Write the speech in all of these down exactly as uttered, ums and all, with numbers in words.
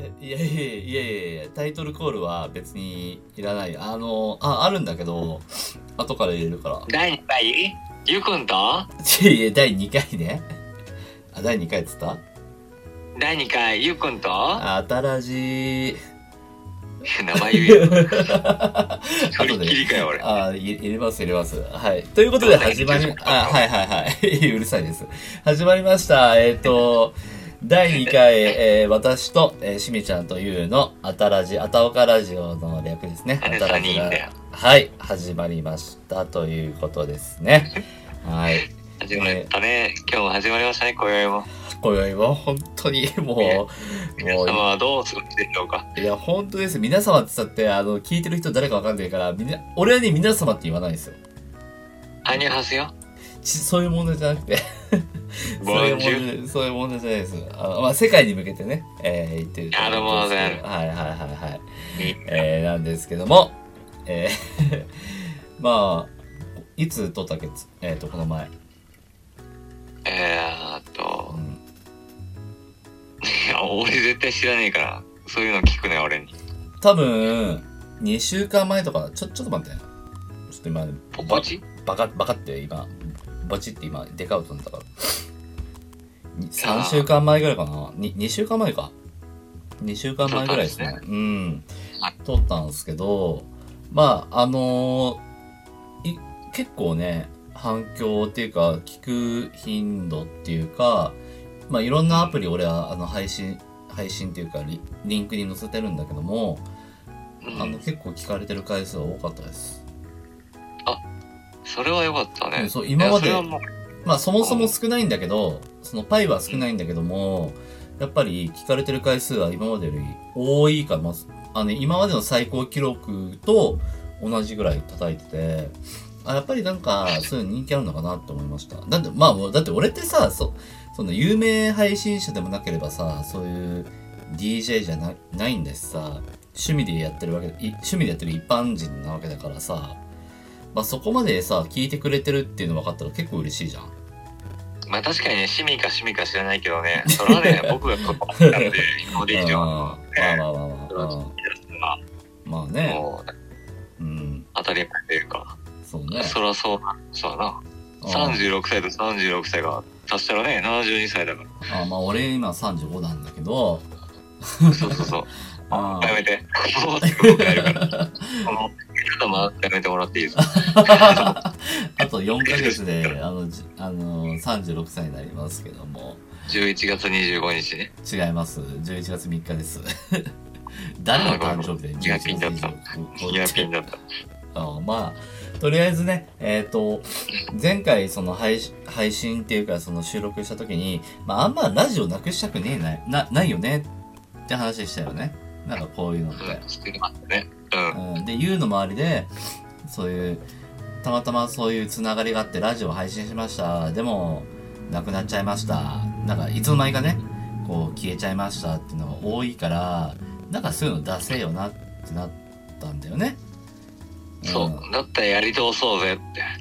いやいやいやいやいや、タイトルコールは別にいらない。あの、あ、あるんだけど、後から入れるから。 だいにかいゆうくんといやいや、だいにかいね。あ、だいにかいっつった？ だいにかいゆうくんとあたらじー。 名前言えよ。振り切りかよ、俺。 あ、入れます、入れます。はい。ということで始まり、あ、はいはいはい。うるさいです。始まりました。えっ、ー、と、だいにかい、えー、私と、えー、しみちゃんというの、あたらじ、あたおかラジオの略ですね。あたらじが、はい、始まりましたということですね。はい。 始まったね。今日も始まりましたね、今宵も。 今宵も本当にもう、 ね、皆様はどう過ごしてるのか。 いや、本当です。皆様って言ったって、あの、聞いてる人誰かわかんないから、みんな、俺はね、皆様って言わないんですよ。 アニュハセヨ。 そういう問題じゃなくてそういう問題、そういう問題じゃないです。あの、まあ、世界に向けてね、えー、言ってると思うんですけど。はいはいはいはい。えー、なんですけども、えー、まあ、いつ撮ったっけ、えっ、ー、と、この前。 えーっと、うん、いや、俺絶対知らねえから、そういうの聞くね、俺に。 多分、にしゅうかんまえとか、ちょ、ちょっと待って。ちょっと今、 ボチバカ、バカって今、ボチって今、デカウトになったから。さんしゅうかんまえぐらいかな 2, 2週間前か。にしゅうかんまえぐらいですね。うん。撮ったんですけど、まあ、あのー、い、結構ね、反響っていうか、聞く頻度っていうか、まあ、いろんなアプリ俺は、あの、配信、配信っていうかリ、リンクに載せてるんだけども、うん、あの、結構聞かれてる回数は多かったです。 あ、それは良かったね。 そう、今まで、まあ、そもそも少ないんだけど、そのパイは少ないんだけども、うん、やっぱり聞かれてる回数は今までより多いかも、あの、今までの最高記録と同じぐらい叩いてて、あ、やっぱりなんか、そういう人気あるのかなって思いました。だって、まあ、だって俺ってさ、そ、その有名配信者でもなければさ、そういう ディージェー じゃな、ないんだしさ、趣味でやってるわけ、趣味でやってる一般人なわけだからさ、まあそこまでさ、聞いてくれてるっていうの分かったら結構嬉しいじゃん。 まあ確かにね、趣味か趣味か知らないけどね、それはね、僕がここなんで、今まで以上。 まあまあまあまあ。まあね。 もう、うん。当たり前というか。 そうね。 そりゃそう、そうだな。さんじゅうろくさいとさんじゅうろくさいが足したらね、ななじゅうにさいだから。 ああ、まあ俺今さんじゅうごなんだけど。 そうそうそう。ああ。やめて。もうすぐ帰るから。この、頭やめてもらっていいですかあとよんかげつで、あの、あの、さんじゅうろくさいになりますけども。 じゅういちがつにじゅうごにちね。 違います。じゅういちがつみっかです。誰の誕生日でニアピンだった。ニアピンだった。 あまあ、とりあえずね、えっ、ー、と、前回その配配信っていうかその収録した時に、まああんまラジオなくしたくねえな、な、ないよねって話でしたよね。なんかこういうのって。うん。うん、で、言うの周りで、そういう、たまたまそういうつながりがあってラジオ配信しました。でも、なくなっちゃいました。なんかいつの間にかね、こう消えちゃいましたっていうのが多いから、なんかそういうの出せよなってなったんだよね。 そう、うん、だったらやり通そうぜって。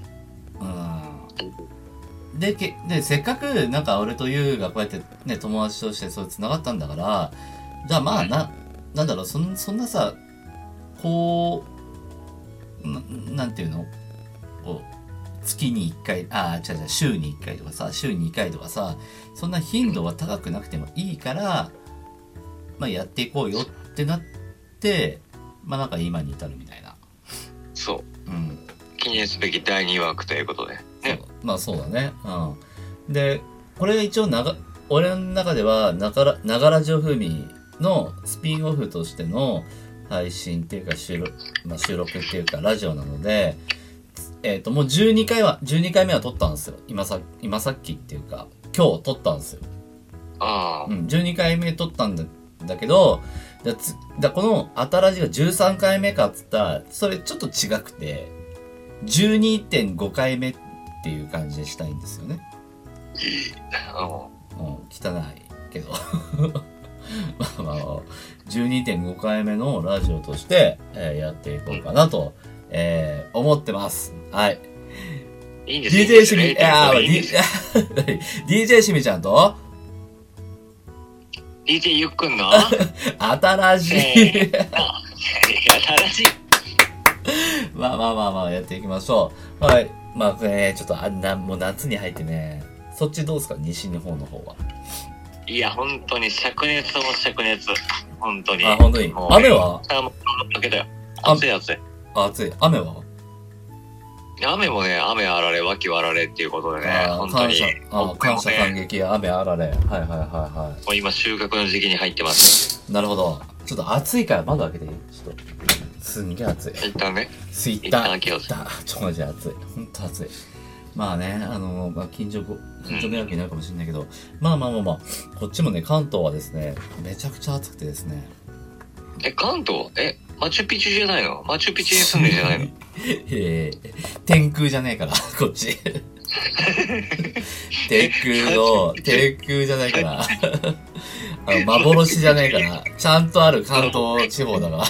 うん。で、け、で、せっかく、なんか俺とユウがこうやってね、友達としてそう繋がったんだから、じゃあまあ、な、なんだろう、そん、そんなさ、こう、な、なんていうのこう、月にいっかい、ああ、違う違う、週にいっかいとかさ、週ににかいとかさ、そんな頻度は高くなくてもいいから、まあやっていこうよってなって、まあなんか今に至るみたいな。 そう。 うん。 記念すべきだいにわくということで。 ね。まあそうだね。うん。で、これが一応なが、俺の中では、ながら、ながらジオ風味のスピンオフとしての配信っていうか収録、まあ収録っていうかラジオなので、えっ、ー、と、もうじゅうにかいは、じゅうにかいめは撮ったんですよ。今さ、今さっきっていうか、今日撮ったんですよ。 ああ。 うん、じゅうにかいめ撮ったんだ、だけど、だつだこのあたらじがじゅうさんかいめかっつったら、それちょっと違くて、じゅうにてんごかいめっていう感じでしたいんですよね。 うん、 汚いけど。まあまあ、じゅうにてんごかいめのラジオとして、えー、やっていこうかなと、えー、思ってます。はい。 いいんですディージェー しみ、いやー、ディージェー しみちゃんとディージェー ゆっくんの新しい。 えー、新しい。 まあまあまあまあ、やっていきましょう。はい。まあね、ちょっとあんな、もう夏に入ってね、そっちどうですか、西日本の方は。 いや、本当に灼熱も灼熱。本当に。 あ、本当に。雨はあ、もう、だけだよ。暑い暑い。 暑い。雨は雨もね、雨あられ、脇はあられっていうことでね、本当に。 感謝、あ感謝感激、雨あられ。はいはいはいはい。 もう今収穫の時期に入ってます。 なるほど。ちょっと暑いから窓開けていい？ちょっと。すんげえ暑い。 一旦ね。 すいった。 一旦開けよう。 ちょっとマジで暑い。ほんと暑い。まあね、あの、まあ、近所、近所迷惑になるかもしれないけど、うん、まあまあまあまあ、こっちもね、関東はですね、めちゃくちゃ暑くてですね。 え、関東え、マチュピチュじゃないの？マチュピチュに住んでるじゃないの？ ええ、天空じゃねえから、こっち。天空の、天空じゃないから。あの、幻じゃねえから、ちゃんとある関東地方だから。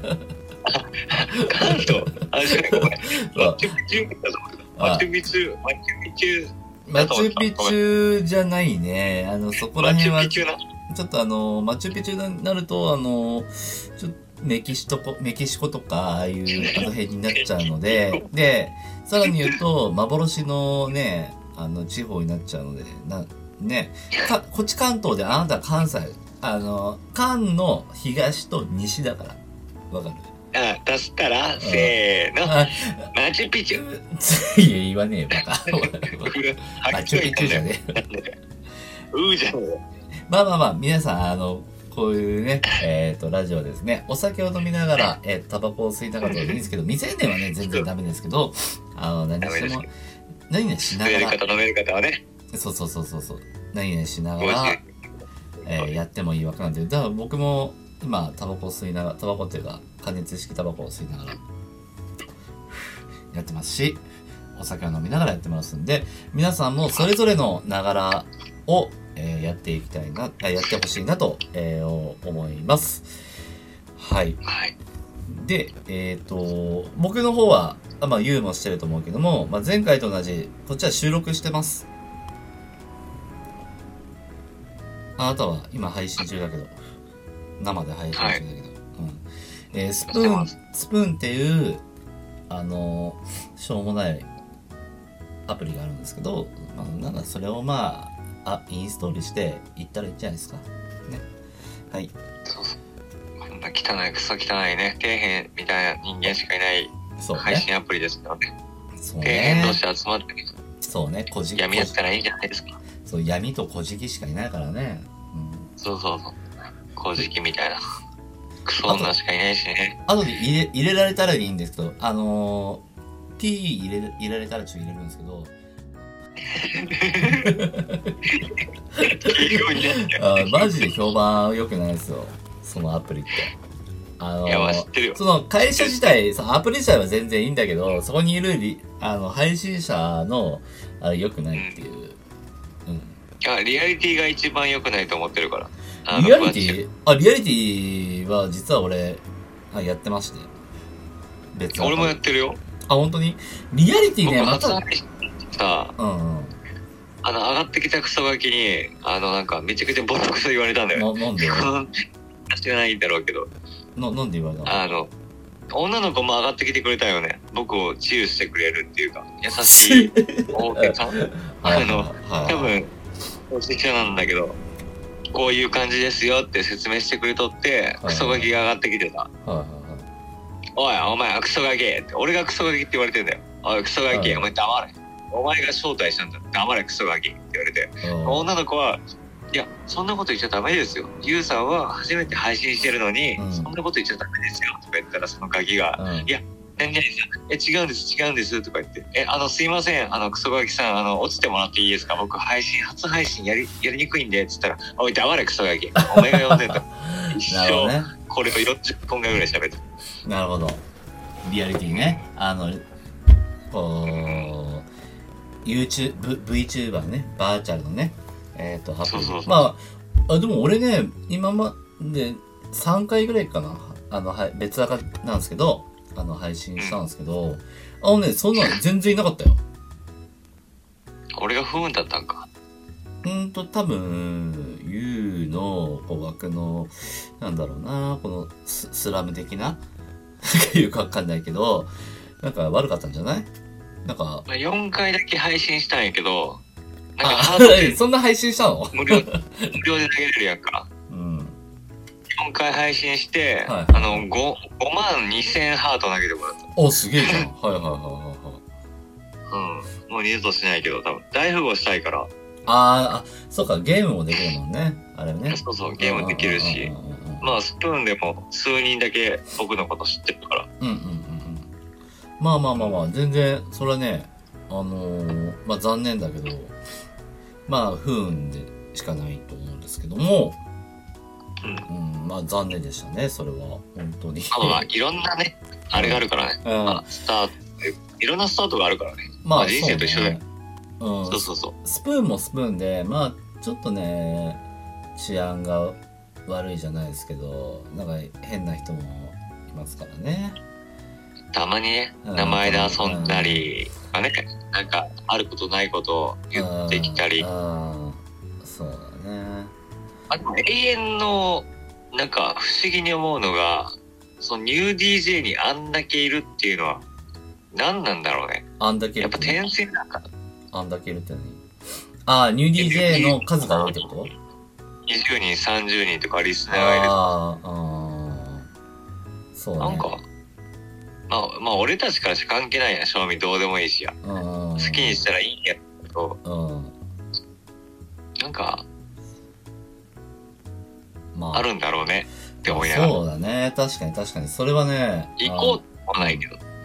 関東あ、じゃあごめん。マチュピチュマチュピチュ、マチュピチュ。 マチュピチュじゃないね。あの、そこら辺は、ちょっとあの、マチュピチュになると、あの、ちょっと、メキシコ、メキシコとか、ああいうあの辺になっちゃうので、で、さらに言うと、幻のね、あの、地方になっちゃうので、な、ね、か、こっち関東で、あなた関西、あの、関の東と西だから。わかる？ あ、出したら、せーの。マチュピチュ。 いや、言わねえよ、バカ。マチュピチュじゃねえ。 うーじゃねえ。 まあまあまあ、皆さん、あの、こういうね、えっ、ー、と、ラジオですね、お酒を飲みながら、えー、タバコを吸いながらでいいんですけど、未成年はね、全然ダメですけど、あの、何しても、何々しながら。 飲める方、飲める方はね。 そうそうそうそうそう。何々しながら、えー、やってもいいわけなんで、だから僕も、今、タバコを吸いながら、タバコっていうか、加熱式タバコを吸いながら、やってますし、お酒を飲みながらやってますんで、皆さんもそれぞれのながらを、えー、やっていきたいな、やってほしいなと、えー、思います。はい。 はい。 で、えっ、ー、と、僕の方は、まあ、ユーもしてると思うけども、まあ、前回と同じ、こっちは収録してます。あなたは今配信中だけど、生で配信中だけど、はい、うん。えー、スプーン、スプーンっていう、あの、しょうもないアプリがあるんですけど、まあ、なんかそれをまあ、あ、インストールしていったらいいんじゃないですか。ね。はい。 そうそう。こんな汚い、クソ汚いね、底辺みたいな人間しかいない配信アプリですよね。 そうね。 底辺同士集まってみる。 そうね、こじ闇やったらいいんじゃないですか。 そう、闇とこじきしかいないからね。 うん、そうそうそう。こじきみたいな。クソ女しかいないしね。 あとで入れ、入れられたらいいんですけど、あのー、P 入れ、入れられたらちょっと入れるんですけど、あマジで評判良くないですよ、そのアプリって。あのいや、知ってるよ。 その会社自体、そのアプリ自体は全然いいんだけど、そこにいるリあの配信者のあれ良くないっていう、うん。うん、 いや、リアリティが一番良くないと思ってるから。 リアリティあ、リアリティは実は俺、あやってまして。 別に。俺もやってるよ。 あ、本当にリアリティね、 また。さあ、 うんうん、 あの、上がってきたクソガキに、あの、なんか、めちゃくちゃボロクソ言われたんだよ。 な、なんで知らないんだろうけど。 な、なんで言われたの？ あの、女の子も上がってきてくれたよね。僕を治癒してくれるっていうか、優しい大手さん。あの、多分、年下なんだけど、こういう感じですよって説明してくれとって、クソガキが上がってきてた。おい、お前はクソガキって、俺がクソガキって言われてんだよ。おい、クソガキ、お前黙れ。お前が招待したんだ。黙れ、クソガキって言われて。女の子は、いや、そんなこと言っちゃダメですよ。ユウさんは初めて配信してるのに、うん、そんなこと言っちゃダメですよ。とか言ったら、そのガキが、うん、いや、何々さん、え、違うんです、違うんです、とか言って。え、あの、すいません、あの、クソガキさん、あの、落ちてもらっていいですか？僕、配信、初配信やり、やりにくいんで、つったら、おい、黙れ、クソガキ。お前が呼んでんだ。一生、ね、これをよんじゅっぽんぐらい喋って。 なるほど。リアリティね。あの、こう、YouTube、VTuber ね、バーチャルのね、えっ、ー、と、アプリ。まあ、あ、でも俺ね、今までさんかいぐらいかな。あの、はい、別アカなんですけど、あの、配信したんですけど、あのね、そんなの全然いなかったよ。 俺が不運だったんか。 うんと、多分、ユウの語学の、なんだろうな、このススラム的ないうかわかんないけど、なんか悪かったんじゃない？なんか。 よんかいだけ配信したんやけど、なんかハードそんな配信したの？ 無料、無料で投げれるやんか。 うん。よんかい配信して、はい、あの、ご、ごまんにせんハート投げてもらった。 お、すげえじゃん。はいはいはいはいはい。 うん。もう二度としないけど、多分、大富豪したいから。 ああ、そうか、ゲームもできるもんね。あれね。 そうそう、ゲームできるし。まあ、スプーンでも数人だけ僕のこと知ってるから。 うんうんうんうん。まあまあまあまあ、全然、それはね、あのー、まあ残念だけど、まあ、不運でしかないと思うんですけども、うん、うん、まあ残念でしたね、それは。本当に。 まあ、いろんなね、あれがあるからね。うん、まあ、スタート、いろんなスタートがあるからね。まあ、まあ、人生と一緒だよ。うん、そうそうそう。 スプーンもスプーンで、まあ、ちょっとね、治安が悪いじゃないですけど、なんか変な人もいますからね。 たまにね、名前で遊んだり、うん、ね、なんか、あることないことを言ってきたり。 あそうだね。 あと、永遠の、なんか、不思議に思うのが、そのニュー ディージェー にあんだけいるっていうのは、何なんだろうね。 あんだけいる。 やっぱ転生なんか。 あんだけいるって何？ああ、ニュー ディージェー の数が多いってこと？ にじゅうにん、さんじゅうにんとかリスナーがいる。 ああ、そうね。なんか、 まあ、まあ、俺たちからしか関係ないや、賞味どうでもいいしや。好きにしたらいいんやけど、なんか、まあ、あるんだろうねって思いながら。 そうだね。確かに確かに。それはね。 行こうとはないけど。 うん。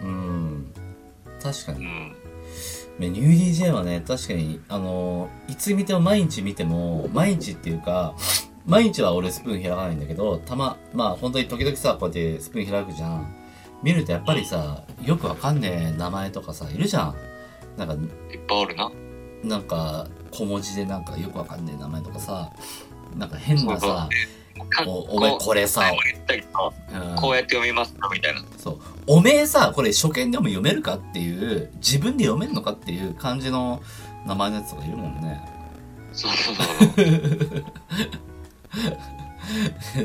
確かに。うん。ニュー ディージェー はね、確かに、あの、いつ見ても毎日見ても、毎日っていうか、毎日は俺スプーン開かないんだけど、たま、まあ本当に時々さ、こうやってスプーン開くじゃん。見るとやっぱりさ、よくわかんねえ名前とかさ、いるじゃん。なんか、いっぱいあるな。 なんか、小文字でなんかよくわかんねえ名前とかさ、なんか変なさ、お, お前これさ、 うん、こうやって読みますかみたいな。 そう。おめえさ、これ初見でも読めるかっていう、自分で読めるのかっていう感じの名前のやつとかいるもんね。 そうそうそう。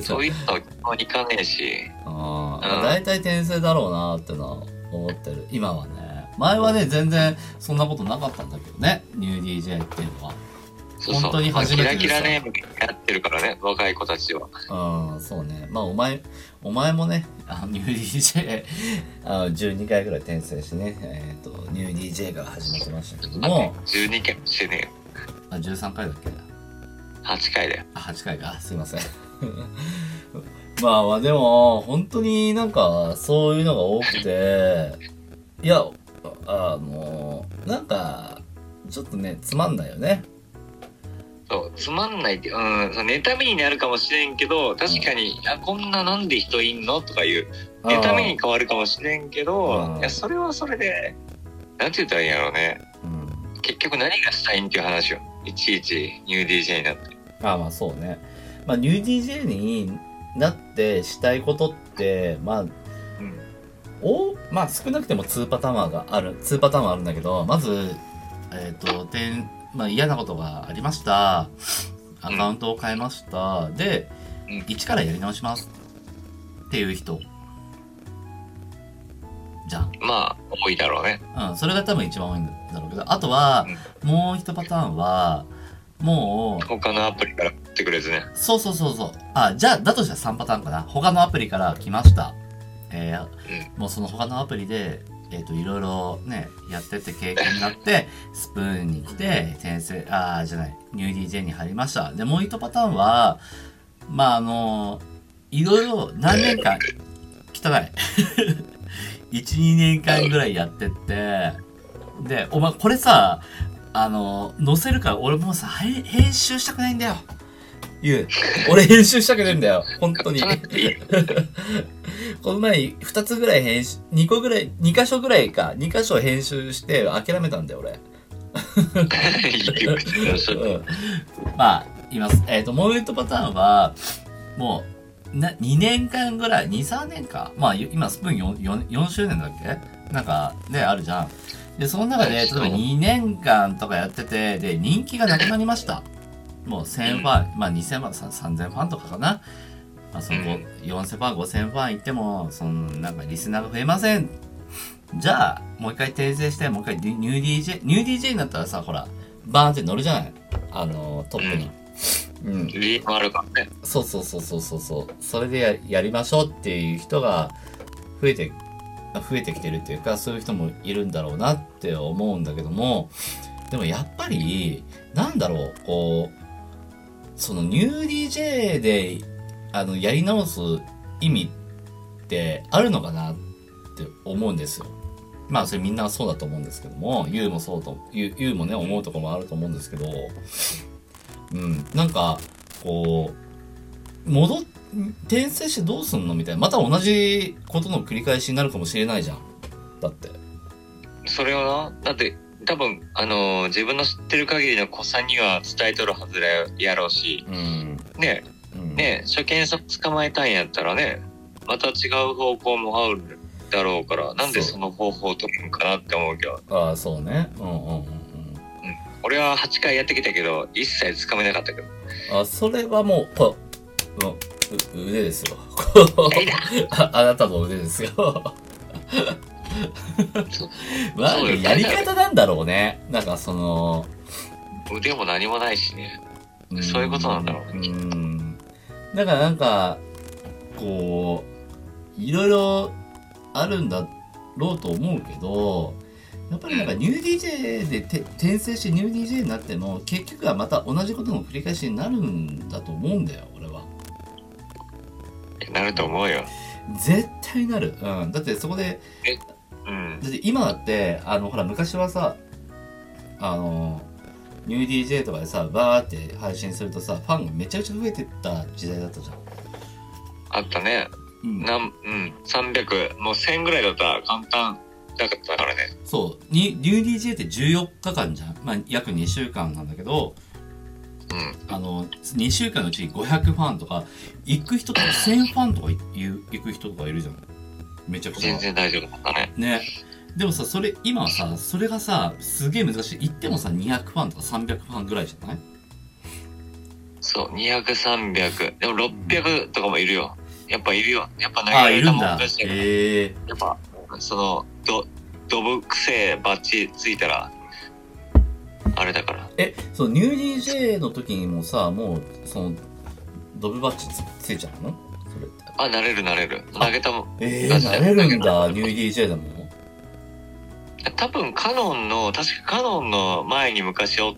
そういうのは行かねえし。 ああ、うん、大体転生だろうなってのは思ってる。今はね。前はね、全然そんなことなかったんだけどね。ニュー ディージェー っていうのは。 そうそう、本当に初めてですよ。キラキラネームやってるからね、若い子たちは。 うん、そうね。まあ、お前、お前もね、あニュー ディージェー あのじゅうにかいぐらい転生してね、えっ、ー、と、ニュー ディージェー が始まってましたけども。 じゅうにかいしてねえよ。 あ、じゅうさんかいだっけ？ はちかいだよ。 あ、はちかいか。すいません。まあまあ、でも、本当になんか、そういうのが多くて、いや、あの、なんか、ちょっとね、つまんないよね。 そう、つまんないって、うん、妬みになるかもしれんけど、確かに、うん、あ、こんななんで人いんのとかいう、妬みに変わるかもしれんけど、いや、それはそれで、なんて言ったらいいんやろうね。うん、結局何がしたいんっていう話よ。いちいちニュー ディージェー になって。 ああ、まあそうね。まあ、ニュー ディージェー になってしたいことって、まあ、うん、お、まあ少なくてもにパターンがある、にパターンはあるんだけど、まず、えっ、ー、と、点、まあ嫌なことがありました。アカウントを変えました。うん、で、一からやり直します。っていう人。じゃん。 まあ、多いだろうね。 うん、それが多分一番多いんだろうけど、あとは、うん、もう一パターンは、もう、 他のアプリから来てくれずね。 そうそうそうそう。あ、じゃあ、だとしたらさんパターンかな。他のアプリから来ました。えーうん、もうその他のアプリで、えっと、いろいろね、やってって経験になって、スプーンに来て、転生、あー、じゃない、ニュー ディージェー に入りました。で、もう一パターンは、まあ、あの、いろいろ何年間、汚い。いち、にねんかんぐらいやってって、で、お前、これさ、あの、載せるから、俺もうさ、編集したくないんだよ。言う。俺編集したくないんだよ。本当に。この前にふたつぐらい編集、にこぐらい、に箇所ぐらいか、に箇所編集して諦めたんだよ、俺。うん、まあ、言います。えっ、ー、と、もう一パターンは、もう、な、にねんかんぐらい、に、さんねんか。まあ、今、スプーン よん, よん, よん周年だっけなんか、で、あるじゃん。で、その中で、例えばにねんかんとかやってて、で、人気がなくなりました。 もうせんファン、まあにせんファン、さんぜんファンとかかな。まあそのよんせんファン、ごせんファンいっても、そのなんかリスナーが増えません。じゃあ、もう一回訂正して、もう一回ニュー ディージェー、ニュー ディージェー になったらさ、ほら、バーンって乗るじゃない？あの、トップに。うん。 リーもあるからね。 そうそうそうそうそうそう。それで や, やりましょうっていう人が増えて、増えてきてるっていうか、そういう人もいるんだろうなって思うんだけども、でもやっぱり、なんだろう、こう、そのニュー ディージェー で、あの、やり直す意味ってあるのかなって思うんですよ。まあ、それみんなそうだと思うんですけども、ユウもそうと、ユウもね、思うところもあると思うんですけど、うん、なんか、こう、戻っ、転生してどうすんのみたいな。また同じことの繰り返しになるかもしれないじゃん。だって。 それはな、だって、多分、あのー、自分の知ってる限りの子さんには伝えとるはずやろうし、うん、ねえ、うん、ねえ、初見さん捕まえたんやったらね、また違う方向もあるだろうから、なんでその方法を取るんかなって思うけど。 ああ、そうね。うんうんうんうん。 俺ははちかいやってきたけど、一切掴めなかったけど。 あ、それはもう、こう、う腕ですよ。あ, あなたの腕ですよ。まあ、やり方なんだろうね。なんかその、 腕も何もないしね。そういうことなんだろうね。うん。 だからなんか、こう、いろいろあるんだろうと思うけど、やっぱりなんかニュー ディージェー でて転生してニュー ディージェー になっても結局はまた同じことの繰り返しになるんだと思うんだよ、俺は。 なると思うよ。 絶対なる。うん。だってそこで、うん、だって今だって、あの、ほら昔はさ、あの、ニュー ディージェー とかでさ、バーって配信するとさ、ファンがめちゃくちゃ増えてった時代だったじゃん。 あったね。うん。なん、うん。さんびゃく、もうせんぐらいだったら簡単。だからね。 そう。ニュー ディージェー ってじゅうよっかかんじゃん。まあ、約にしゅうかんなんだけど、うん。あの、にしゅうかんのうちごひゃくファンとか、行く人とかせんファンとか行く人とかいるじゃん。めちゃくちゃ。 全然大丈夫だったね。 ね。でもさ、それ、今はさ、それがさ、すげえ難しい。行ってもさ、にひゃくファンとかさんびゃくファンぐらいじゃない？ そう、にひゃく、さんびゃく。でもろっぴゃくとかもいるよ。やっぱいるよ。やっぱ投げられたもんかしてる。へえ。やっぱ、その、ど、ドブくせえバッチついたら、あれだから。 え、そう、ニュー ディージェー の時にもさ、もう、その、ドブバッチ つ, ついちゃうの？それって。 あ、なれるなれる。投げたもん。 えー、なれるんだ、ニュー ディージェー でも。 多分カノンの、確かカノンの前に昔おった、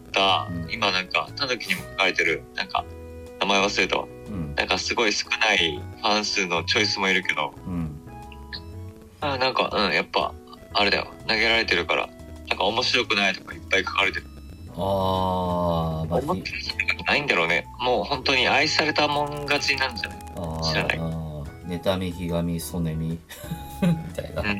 うん、今なんか、タヌキにも書かれてる、なんか、名前忘れたわ。うん、なんかすごい少ないファン数のチョイスもいるけど、うん、あ、なんか、うん、やっぱ、あれだよ、投げられてるから、なんか面白くないとかいっぱい書かれてる。 あー、まあ、 思ってる人がないんだろうね。もう本当に愛されたもん勝ちなんじゃない？知らない。 妬み、ひがみ、そねみみたいな。うん、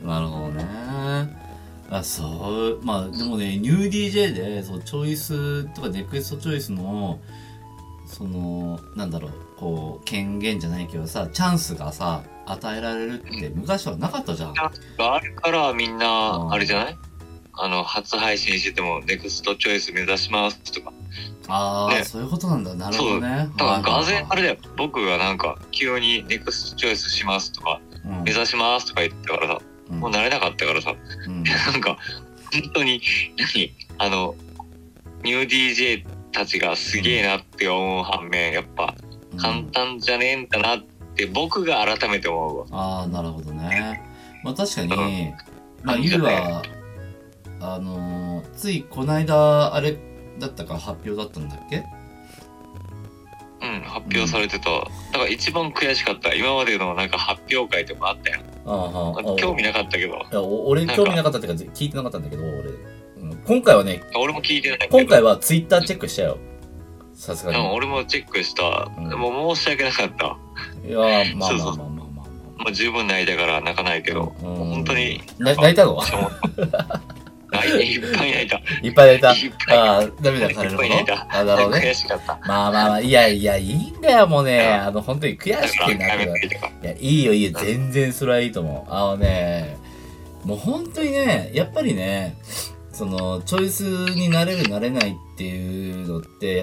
なるほどね。あ、そう。まあ、でもね、ニュー ディージェー で、そう、チョイスとかネクストチョイスの、その、なんだろう、こう、権限じゃないけどさ、チャンスがさ、与えられるって昔はなかったじゃん。 チャンスがあるからみんな、あれじゃない？あの、初配信しててもネクストチョイス目指しますとか。 ああ、ね、そういうことなんだ。なるほどね。 そう。だから、がぜあれだよ。僕がなんか、急にネクストチョイスしますとか、うん、目指しますとか言ってたからさ、うん、もう慣れなかったからさ、うん、なんか、本当に、何あの、ニュー ディージェー たちがすげえなって思う反面、やっぱ、簡単じゃねえんだなって僕が改めて思うわ。 ああ、なるほどね。まあ確かに、うん、まあ、ユウは、あのー、ついこの間、あれだったか発表だったんだっけ？ うん、発表されてた。うん、だから一番悔しかった。今までのなんか発表会とかあったよ。ああ、興味なかったけど。いや、俺興味なかったっていうか聞いてなかったんだけど、俺。うん、今回はね、 俺も聞いてないけど。 今回はツイッターチェックしたよ。さすがに。 うん、俺もチェックした。うん、でも申し訳なかった。 いやー、まあまあまあまあまあ。そうそう、 まあ、十分泣いたから泣かないけど、うん、本当に。 泣いたの？ いっぱい泣いた。 いっぱい泣いた。ああ、涙されるほど。あ、なるほどね。 悔しかった。 まあまあまあ、いやいや、いいんだよ、もうね。あの、本当に悔しくて泣く。いや、いいよ、いいよ。全然それはいいと思う。あのね、もう本当にね、やっぱりね、その、チョイスになれる、なれないっていうのって、やっぱ、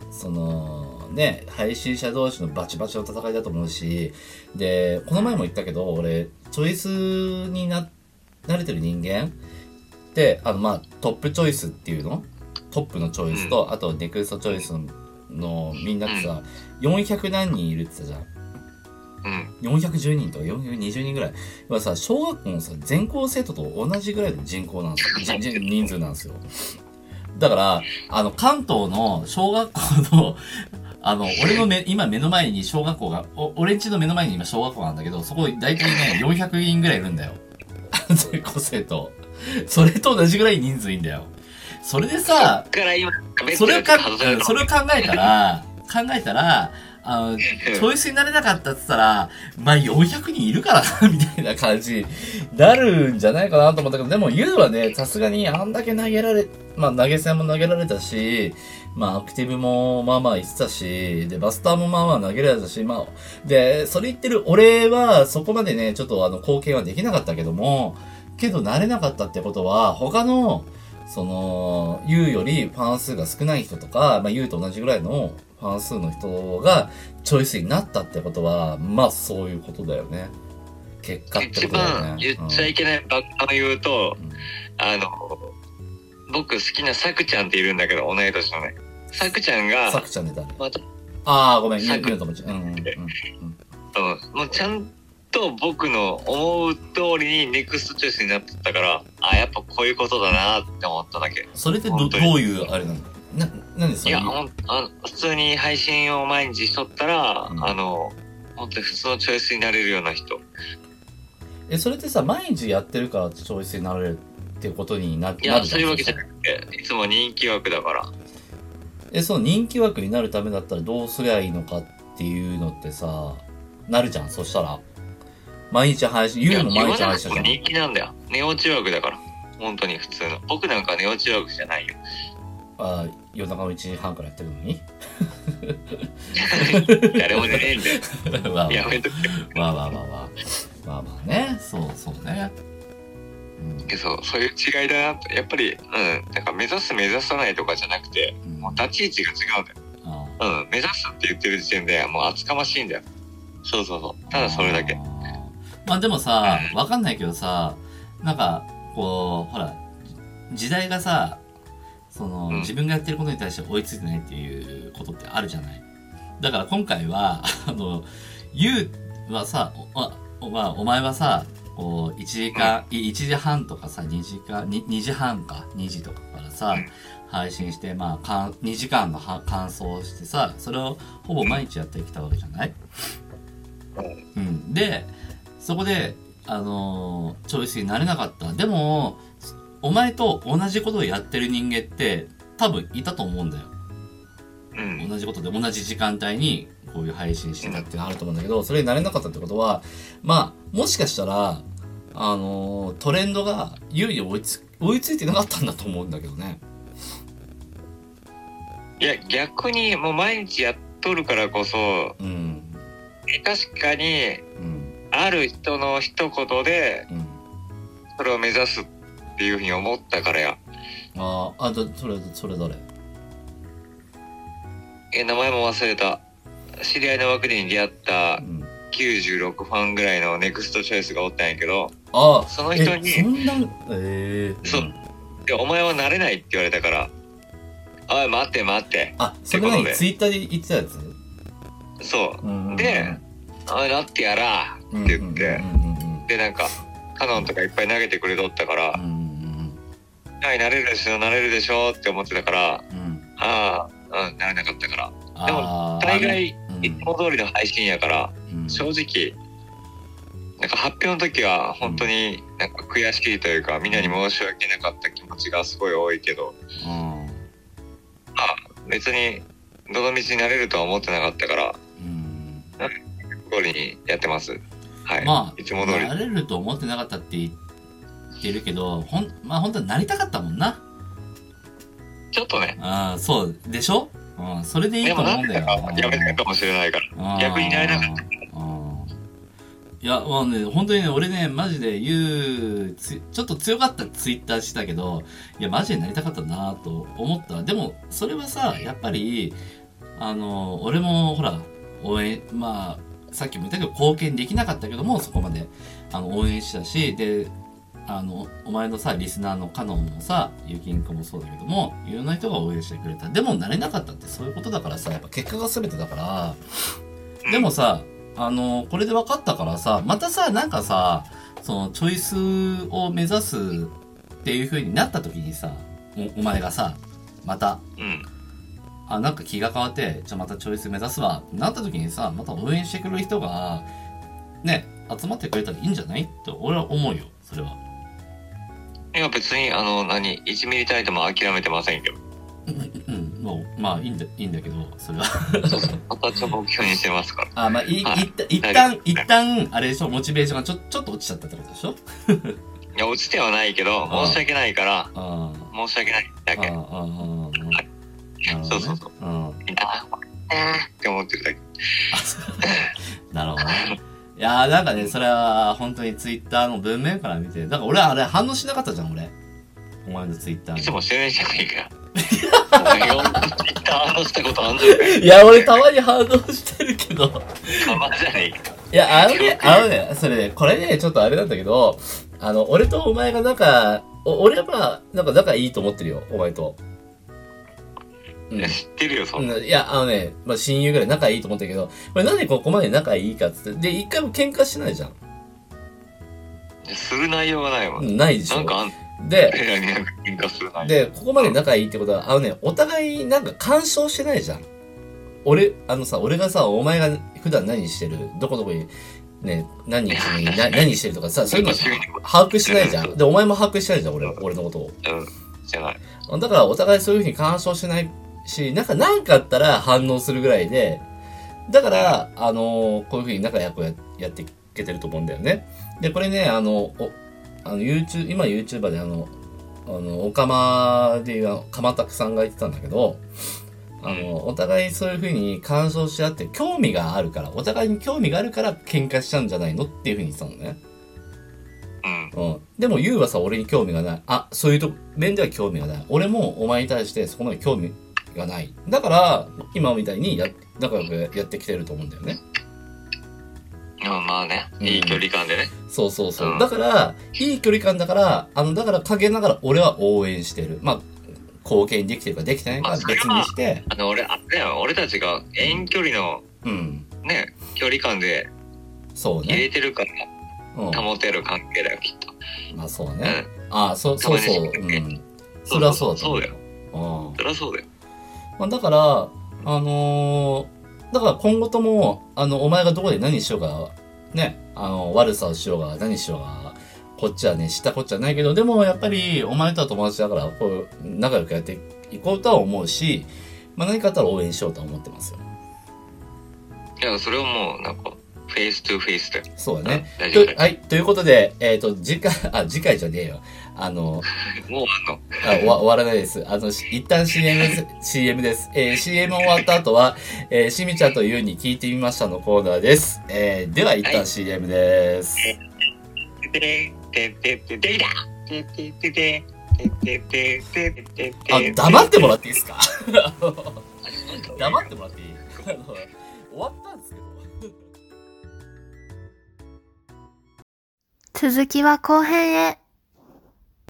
その、ね、配信者同士のバチバチの戦いだと思うし、で、この前も言ったけど、俺、チョイスにな、慣れてる人間で、あの、まあ、トップチョイスっていうのトップのチョイスと、うん、あと、ネクストチョイスのみんなってさ、うん、よんひゃく何人いるって言ったじゃん。 うん。 よんひゃくじゅうにんとかよんひゃくにじゅうにんぐらい。まあさ、小学校のさ、全校生徒と同じぐらいの人口なんですよ。人数なんですよ。だから、あの、関東の小学校の、あの、俺の目、今目の前に小学校が、お俺んちの目の前に今小学校なんだけど、そこ大体ね、よんひゃくにんぐらいいるんだよ。全校生徒。それと同じぐらい人数いいんだよ。それでさ、それをか、それを考えたら、考えたら、あの、チョイスになれなかったって言ったら、まあ、よんひゃくにんいるからな、みたいな感じ、なるんじゃないかなと思ったけど、でも、ユウはね、さすがにあんだけ投げられ、まあ、投げ銭も投げられたし、まあ、アクティブもまあまあ言ってたし、で、バスターもまあまあ投げられたし、まあ、で、それ言ってる俺は、そこまでね、ちょっとあの、貢献はできなかったけども、けど、慣れなかったってことは、他の、その、ユウよりファン数が少ない人とか、まあ、ユウと同じぐらいのファン数の人がチョイスになったってことは、まあ、そういうことだよね。結果ってことだよね。 一番言っちゃいけないバカを言うと、うん、あの、僕好きなサクちゃんっているんだけど、同い年のね。サクちゃんが、 サクちゃんで誰、 またああ、ごめん、言うと思っちゃう。うんうんうん。 もうちゃんと僕の思う通りにネクストチョイスになってたから、あ、やっぱこういうことだなって思っただけ。 それってどどういうあれなの？な、なんでそれ？ いや、ほんあの普通に配信を毎日しとったら、うん、あの、本当に普通のチョイスになれるような人。 え、それってさ、毎日やってるからチョイスになれるってことになっていや、そういうわけじゃなくて、いつも人気枠だから。 え、その人気枠になるためだったらどうすりゃいいのかっていうのってさ、なるじゃん、そしたら。毎日配信、ユウも毎日配信じゃん。 人気なんだよ。寝落ち枠だから。本当に普通の。僕なんか寝落ち枠じゃないよ。 ああ、夜中のいちじはんからやってるのに誰も寝ねえんだよ。 まあまあ、 やめとけ。 まあまあまあまあ。まあまあね。そうそうね。 うん、そう、そういう違いだなって。やっぱり、うん。なんか目指す目指さないとかじゃなくて、うん、もう立ち位置が違うんだよ。うん。目指すって言ってる時点でもう厚かましいんだよ。そうそうそう。ただそれだけ。 まあでもさ、わかんないけどさ、なんか、こう、ほら、時代がさ、その、うん、自分がやってることに対して追いついてないっていうことってあるじゃない。だから今回は、あの、ユウはさ、お、まあ、お前はさ、こう、いちじかん、うん、いちじはんとかさ、にじかん、にじはんか、にじとかからさ、うん、配信して、まあ、かんにじかんの感想してさ、それをほぼ毎日やってきたわけじゃない？うん。で、そこで、あのー、チョイスになれなかった。でも、お前と同じことをやってる人間って多分いたと思うんだよ。うん。同じことで同じ時間帯にこういう配信してたっていうのあると思うんだけど、それになれなかったってことは、まあ、もしかしたら、あのー、トレンドが優位追いつ、追いついてなかったんだと思うんだけどね。 いや、逆にもう毎日やっとるからこそ、 うん。 確かに、うんある人の一言で、それを目指すっていうふうに思ったからや。 ああ、あと、それ、それどれ？ え、名前も忘れた。知り合いの枠に出会ったきゅうじゅうろくファンぐらいのネクストチョイスがおったんやけど、 ああ、 その人に、 そんな、えー、 そう。で、お前はなれないって言われたから、おい、待って待って。 あ、それ何ツイッターで言ってたやつ？ そう。うんうんうん、で、あ、なってやらって言って、で、なんか、カノンとかいっぱい投げてくれとったから、うんうん、はい、なれるでしょ、なれるでしょって思ってたから、うん、ああ、うん、なれなかったから。でも、大概、いつも通りの配信やから、うん、正直、なんか発表の時は本当になんか悔しいというか、みんなに申し訳なかった気持ちがすごい多いけど、うん、あ、別に、どの道になれるとは思ってなかったから、うん、通りにやってます。はい。 まあ、 いつも通り。 なれると思ってなかったって言ってるけど、ほん、まあ本当はなりたかったもんな。 ちょっとね。 ああ、そう。でしょ？うん、それでいいと思うんだよ。 でもなんでかやめたかもしれないから。逆になれなかった。 いや、まあね、本当にね、俺ね、マジで言う、ちょっと強かったツイッターしたけど、いや、マジでなりたかったなと思った。でも、それはさ、やっぱり、 あの、俺もほら、応援、まあ、さっきも言ったけど、貢献できなかったけども、そこまで、あの、応援したし、で、あの、お前のさ、リスナーのカノンもさ、ゆきんくんもそうだけども、いろんな人が応援してくれた。でも、なれなかったってそういうことだからさ、やっぱ結果が全てだから、でもさ、あの、これで分かったからさ、またさ、なんかさ、その、チョイスを目指すっていう風になった時にさ、お、お前がさ、また、 うん。 あ、なんか気が変わって、じゃあまたチョイス目指すわ、なった時にさ、また応援してくれる人が、ね、集まってくれたらいいんじゃないって俺は思うよ、それは。 いや、別に、あの、何、いちミリたりとも諦めてませんけど。 うん、もう、まあ、いいんだ、いいんだけど、それは。 そうそう。形を目標にしてますから。 あ、まあ、い、いはいった、一旦、一旦、あれでしょ、モチベーションがちょ、ちょっと落ちちゃったってことでしょ。 いや、落ちてはないけど、申し訳ないから、 あ申し訳ないだけ。 あ、ああ、ああ、 そうそうそう。 うん。 みんな、えーって思ってるだけ。 なるほどね。いやーなんかね、それは本当にツイッターの文面から見て、だから俺あれ反応しなかったじゃん、俺。お前のツイッターに。 いつもしてないじゃないか。お前がツイッター反応したことあんじゃんかよ。 いや、俺たまに反応してるけど。 たまじゃねえか。 いや、あのね、あのね、それね、これね、ちょっとあれなんだけど、あの、俺とお前が仲、お俺はまあ、なんか仲いいと思ってるよ、お前と。 いや、知ってるよ、そんな。 うん、いや、あのね、まあ、親友ぐらい仲いいと思ったけど、これなんでここまで仲いいかっつって、で、一回も喧嘩してないじゃん。 する内容がないもん。 ないでしょ。 なんかあんで、 たになんか喧嘩する内容。 で、ここまで仲いいってことは、あのね、お互いなんか干渉してないじゃん。俺、あのさ、俺がさ、お前が普段何してる、どこどこに、ね、何日にな何してるとかさ、そういうの把握してないじゃん。で、お前も把握してないじゃん、俺、俺のことを。 うん、してない。 だからお互いそういうふうに干渉してないし、なんか何かあったら反応するぐらいで、だから、あのーこういうふうに仲良くややっていけてると思うんだよね。で、これね、あの、お、あの、YouTube、今 YouTuber であの、あの、オカマでいう、かまたくさんが言ってたんだけど、あの、お互いそういうふうに干渉し合って興味があるから、お互いに興味があるから喧嘩しちゃうんじゃないのっていうふうに言ってたのね。 うん。 うん。でも、ユウはさ、俺に興味がない。あ、そういうと面では興味がない。俺もお前に対してそこまで興味がない。だから、今みたいにや、仲良くやってきてると思うんだよね。 うん、まあね、 うんいい距離感でね。 そうそうそう。 うんだから、いい距離感だから、あの、だから陰ながら俺は応援してる。まあ、貢献できてるかできてないかは別にして。 あの、俺、あれや俺たちが遠距離のうん。 ね、距離感でそう入れね。 てるからうん。 保てる関係だよ、きっと。 まあそううね。 ん。 ああ、そう、そうそう。うん。それはそうだと思う。 そうだよ。 うん。 そりゃそうだよ。 まあ、だから、あのーだから今後とも、あの、お前がどこで何しようが、ね、あの、悪さをしようが、何しようが、こっちはね、知ったこっちゃないけど、でもやっぱり、お前とは友達だから、こう、仲良くやっていこうとは思うし、まあ何かあったら応援しようとは思ってますよ。 いや、それをもう、なんか、フェイストゥフェイスで。 そうだね。 大丈夫だよ。 とはい、ということで、えっ、と、次回、あ、次回じゃねえよ。あの、 もうあんの。 あ終わ終わらないです。あの、し一旦 シーエム です。シーエム です。えー シーエム 終わった後は、えー、しみちゃんとゆうに聞いてみましたのコーナーです。えー、では一旦 シーエム です。 ててててててきたててててててててててあ、黙ってもらっていいですか黙ってもらっていいあの終わったんですけど。 続きは後編へ。